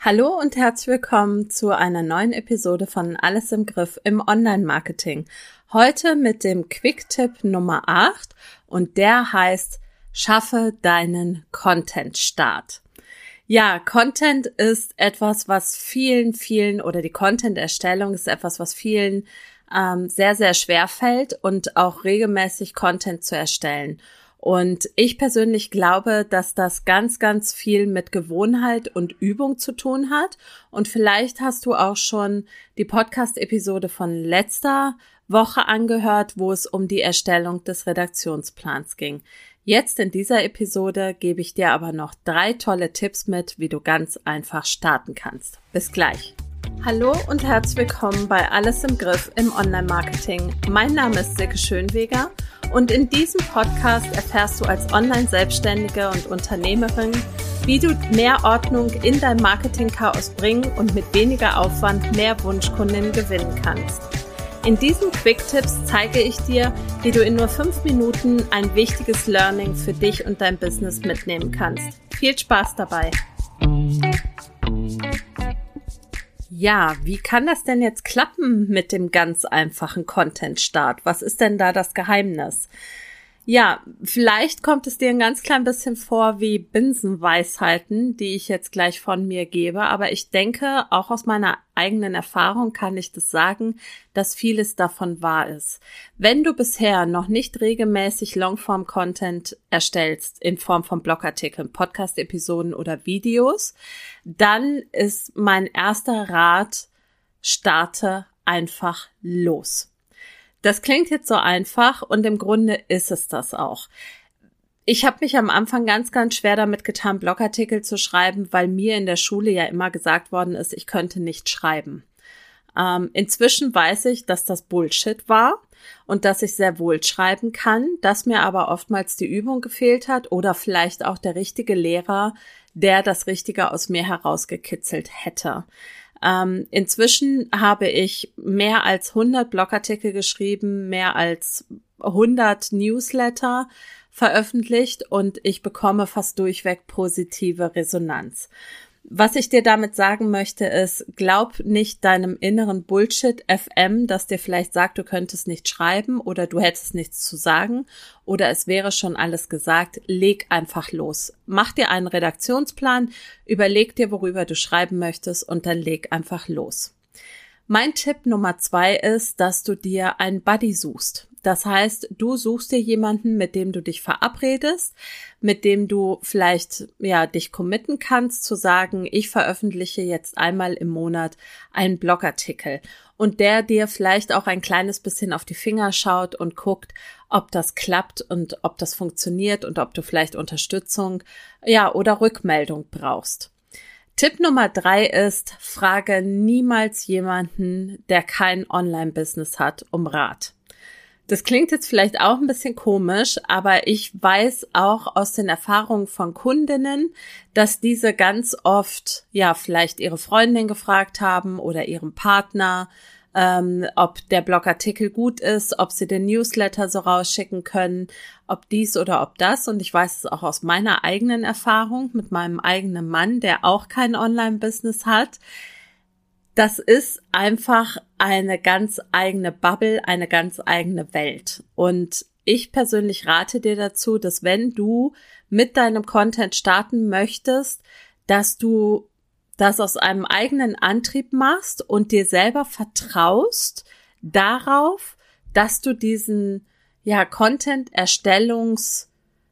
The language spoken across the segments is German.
Hallo und herzlich willkommen zu einer neuen Episode von Alles im Griff im Online-Marketing. Heute mit dem Quick-Tipp Nummer 8 und der heißt: Schaffe deinen Content-Start. Ja, Content ist etwas, was vielen oder die Content-Erstellung ist etwas, was vielen sehr, sehr schwer fällt und auch regelmäßig Content zu erstellen. Und ich persönlich glaube, dass das ganz, ganz viel mit Gewohnheit und Übung zu tun hat. Und vielleicht hast du auch schon die Podcast-Episode von letzter Woche angehört, wo es um die Erstellung des Redaktionsplans ging. Jetzt in dieser Episode gebe ich dir aber noch 3 tolle Tipps mit, wie du ganz einfach starten kannst. Bis gleich. Hallo und herzlich willkommen bei Alles im Griff im Online-Marketing. Mein Name ist Silke Schönweger und in diesem Podcast erfährst du als Online-Selbstständige und Unternehmerin, wie du mehr Ordnung in dein Marketing-Chaos bringen und mit weniger Aufwand mehr Wunschkundinnen gewinnen kannst. In diesen Quick-Tipps zeige ich dir, wie du in nur 5 Minuten ein wichtiges Learning für dich und dein Business mitnehmen kannst. Viel Spaß dabei! Ja, wie kann das denn jetzt klappen mit dem ganz einfachen Content-Start? Was ist denn da das Geheimnis? Ja, vielleicht kommt es dir ein ganz klein bisschen vor wie Binsenweisheiten, die ich jetzt gleich von mir gebe, aber ich denke, auch aus meiner eigenen Erfahrung kann ich das sagen, dass vieles davon wahr ist. Wenn du bisher noch nicht regelmäßig Longform-Content erstellst, in Form von Blogartikeln, Podcast-Episoden oder Videos, dann ist mein erster Rat: starte einfach los. Das klingt jetzt so einfach und im Grunde ist es das auch. Ich habe mich am Anfang ganz, ganz schwer damit getan, Blogartikel zu schreiben, weil mir in der Schule ja immer gesagt worden ist, ich könnte nicht schreiben. Inzwischen weiß ich, dass das Bullshit war und dass ich sehr wohl schreiben kann, dass mir aber oftmals die Übung gefehlt hat oder vielleicht auch der richtige Lehrer, der das Richtige aus mir herausgekitzelt hätte. Inzwischen habe ich mehr als 100 Blogartikel geschrieben, mehr als 100 Newsletter veröffentlicht und ich bekomme fast durchweg positive Resonanz. Was ich dir damit sagen möchte ist, glaub nicht deinem inneren Bullshit FM, das dir vielleicht sagt, du könntest nicht schreiben oder du hättest nichts zu sagen oder es wäre schon alles gesagt. Leg einfach los. Mach dir einen Redaktionsplan, überleg dir, worüber du schreiben möchtest und dann leg einfach los. Mein Tipp Nummer 2 ist, dass du dir einen Buddy suchst. Das heißt, du suchst dir jemanden, mit dem du dich verabredest, mit dem du vielleicht dich committen kannst, zu sagen, ich veröffentliche jetzt einmal im Monat einen Blogartikel und der dir vielleicht auch ein kleines bisschen auf die Finger schaut und guckt, ob das klappt und ob das funktioniert und ob du vielleicht Unterstützung oder Rückmeldung brauchst. Tipp Nummer 3 ist, frage niemals jemanden, der kein Online-Business hat, um Rat. Das klingt jetzt vielleicht auch ein bisschen komisch, aber ich weiß auch aus den Erfahrungen von Kundinnen, dass diese ganz oft vielleicht ihre Freundin gefragt haben oder ihren Partner, ob der Blogartikel gut ist, ob sie den Newsletter so rausschicken können, ob dies oder ob das. Und ich weiß es auch aus meiner eigenen Erfahrung mit meinem eigenen Mann, der auch kein Online-Business hat. Das ist einfach eine ganz eigene Bubble, eine ganz eigene Welt. Und ich persönlich rate dir dazu, dass wenn du mit deinem Content starten möchtest, dass du das aus einem eigenen Antrieb machst und dir selber vertraust darauf, dass du diesen Content-Erstellungs,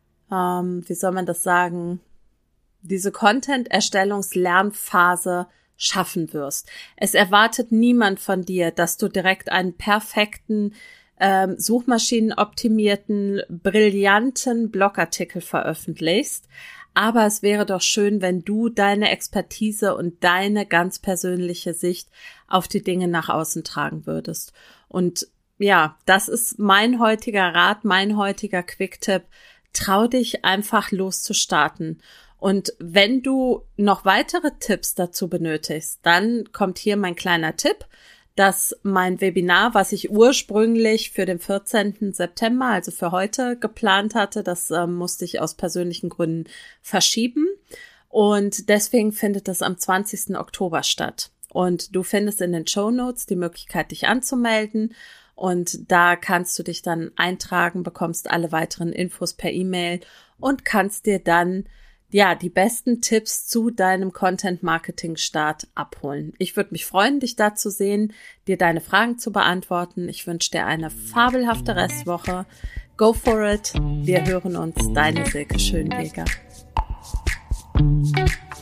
diese Content-Erstellungs-Lernphase schaffen wirst. Es erwartet niemand von dir, dass du direkt einen perfekten, suchmaschinenoptimierten, brillanten Blogartikel veröffentlichst. Aber es wäre doch schön, wenn du deine Expertise und deine ganz persönliche Sicht auf die Dinge nach außen tragen würdest. Und das ist mein heutiger Rat, mein heutiger Quick-Tipp. Trau dich einfach loszustarten. Und wenn du noch weitere Tipps dazu benötigst, dann kommt hier mein kleiner Tipp, dass mein Webinar, was ich ursprünglich für den 14. September, also für heute, geplant hatte, das musste ich aus persönlichen Gründen verschieben. Und deswegen findet das am 20. Oktober statt. Und du findest in den Shownotes die Möglichkeit, dich anzumelden. Und da kannst du dich dann eintragen, bekommst alle weiteren Infos per E-Mail und kannst dir dann die besten Tipps zu deinem Content-Marketing-Start abholen. Ich würde mich freuen, dich da zu sehen, dir deine Fragen zu beantworten. Ich wünsche dir eine fabelhafte Restwoche. Go for it. Wir hören uns. Deine Silke Schönweger.